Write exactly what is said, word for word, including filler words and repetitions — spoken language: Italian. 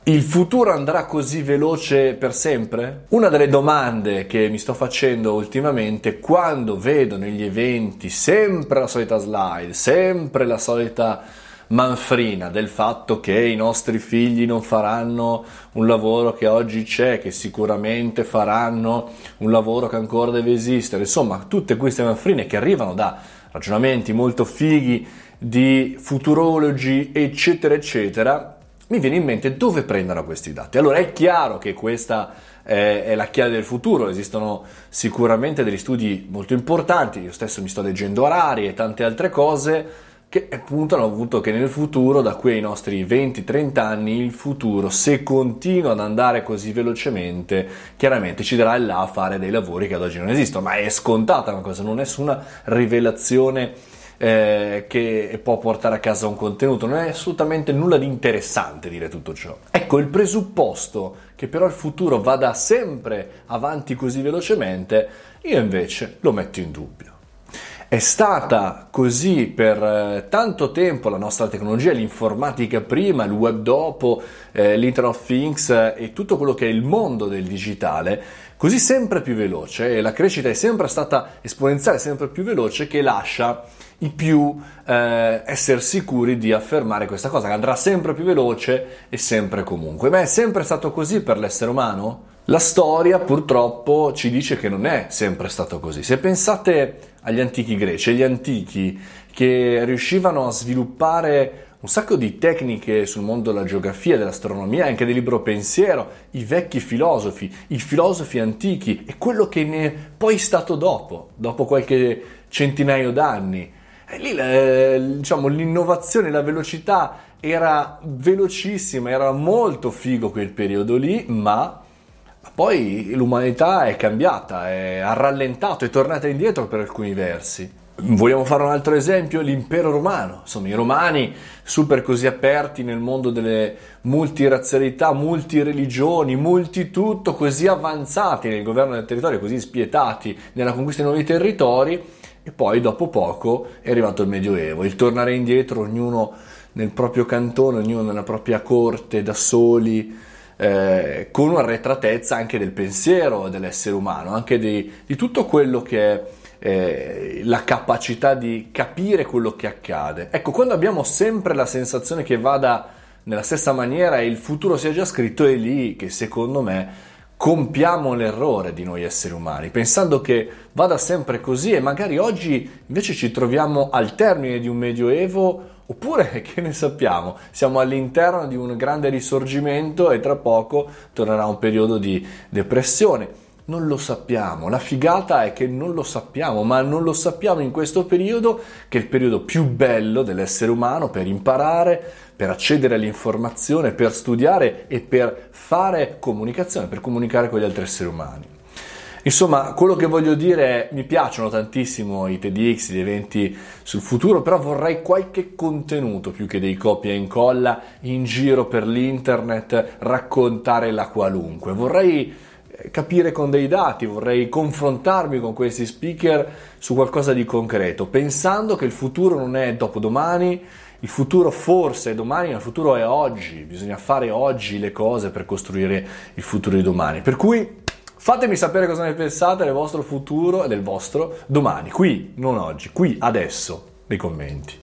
Il futuro andrà così veloce per sempre? Una delle domande che mi sto facendo ultimamente quando vedo negli eventi sempre la solita slide, sempre la solita manfrina del fatto che i nostri figli non faranno un lavoro che oggi c'è, che sicuramente faranno un lavoro che ancora deve esistere, insomma tutte queste manfrine che arrivano da ragionamenti molto fighi di futurologi eccetera eccetera, mi viene in mente dove prendono questi dati. Allora è chiaro che questa è, è la chiave del futuro, esistono sicuramente degli studi molto importanti, io stesso mi sto leggendo Harari e tante altre cose che puntano appunto che nel futuro, da qui ai nostri venti trenta anni, il futuro, se continua ad andare così velocemente, chiaramente ci darà il là a fare dei lavori che ad oggi non esistono, ma è scontata una cosa, non è nessuna rivelazione Eh, che può portare a casa un contenuto, non è assolutamente nulla di interessante dire tutto ciò. Ecco, il presupposto che però il futuro vada sempre avanti così velocemente, io invece lo metto in dubbio. È stata così per eh, tanto tempo la nostra tecnologia, l'informatica prima, il web dopo, eh, l'Internet of Things eh, e tutto quello che è il mondo del digitale, così sempre più veloce, e la crescita è sempre stata esponenziale, sempre più veloce, che lascia i più eh, essere sicuri di affermare questa cosa, che andrà sempre più veloce e sempre comunque. Ma è sempre stato così per l'essere umano? La storia purtroppo ci dice che non è sempre stato così. Se pensate agli antichi greci, agli antichi che riuscivano a sviluppare un sacco di tecniche sul mondo della geografia, dell'astronomia, anche del libero pensiero, i vecchi filosofi, i filosofi antichi e quello che ne è poi stato dopo, dopo qualche centinaio d'anni. E lì eh, diciamo l'innovazione, la velocità era velocissima, era molto figo quel periodo lì, ma poi l'umanità è cambiata, è, ha rallentato, è tornata indietro per alcuni versi. Vogliamo fare un altro esempio? L'impero romano. Insomma, i romani, super così aperti nel mondo delle multirazzialità, multireligioni, multitutto, così avanzati nel governo del territorio, così spietati nella conquista di nuovi territori, e poi dopo poco è arrivato il Medioevo, il tornare indietro, ognuno nel proprio cantone, ognuno nella propria corte, da soli, Eh, con un'arretratezza anche del pensiero dell'essere umano, anche di, di tutto quello che è eh, la capacità di capire quello che accade. Ecco, quando abbiamo sempre la sensazione che vada nella stessa maniera e il futuro sia già scritto, è lì che secondo me compiamo l'errore di noi esseri umani, pensando che vada sempre così, e magari oggi invece ci troviamo al termine di un medioevo, oppure, che ne sappiamo, siamo all'interno di un grande risorgimento e tra poco tornerà un periodo di depressione. Non lo sappiamo, la figata è che non lo sappiamo, ma non lo sappiamo in questo periodo, che è il periodo più bello dell'essere umano per imparare, per accedere all'informazione, per studiare e per fare comunicazione, per comunicare con gli altri esseri umani. Insomma, quello che voglio dire è, mi piacciono tantissimo i TEDx, gli eventi sul futuro, però vorrei qualche contenuto più che dei copia e incolla in giro per l'internet, raccontare la qualunque. Vorrei capire con dei dati, vorrei confrontarmi con questi speaker su qualcosa di concreto, pensando che il futuro non è dopodomani, il futuro forse è domani, ma il futuro è oggi, bisogna fare oggi le cose per costruire il futuro di domani. Per cui fatemi sapere cosa ne pensate del vostro futuro e del vostro domani, qui, non oggi, qui, adesso, nei commenti.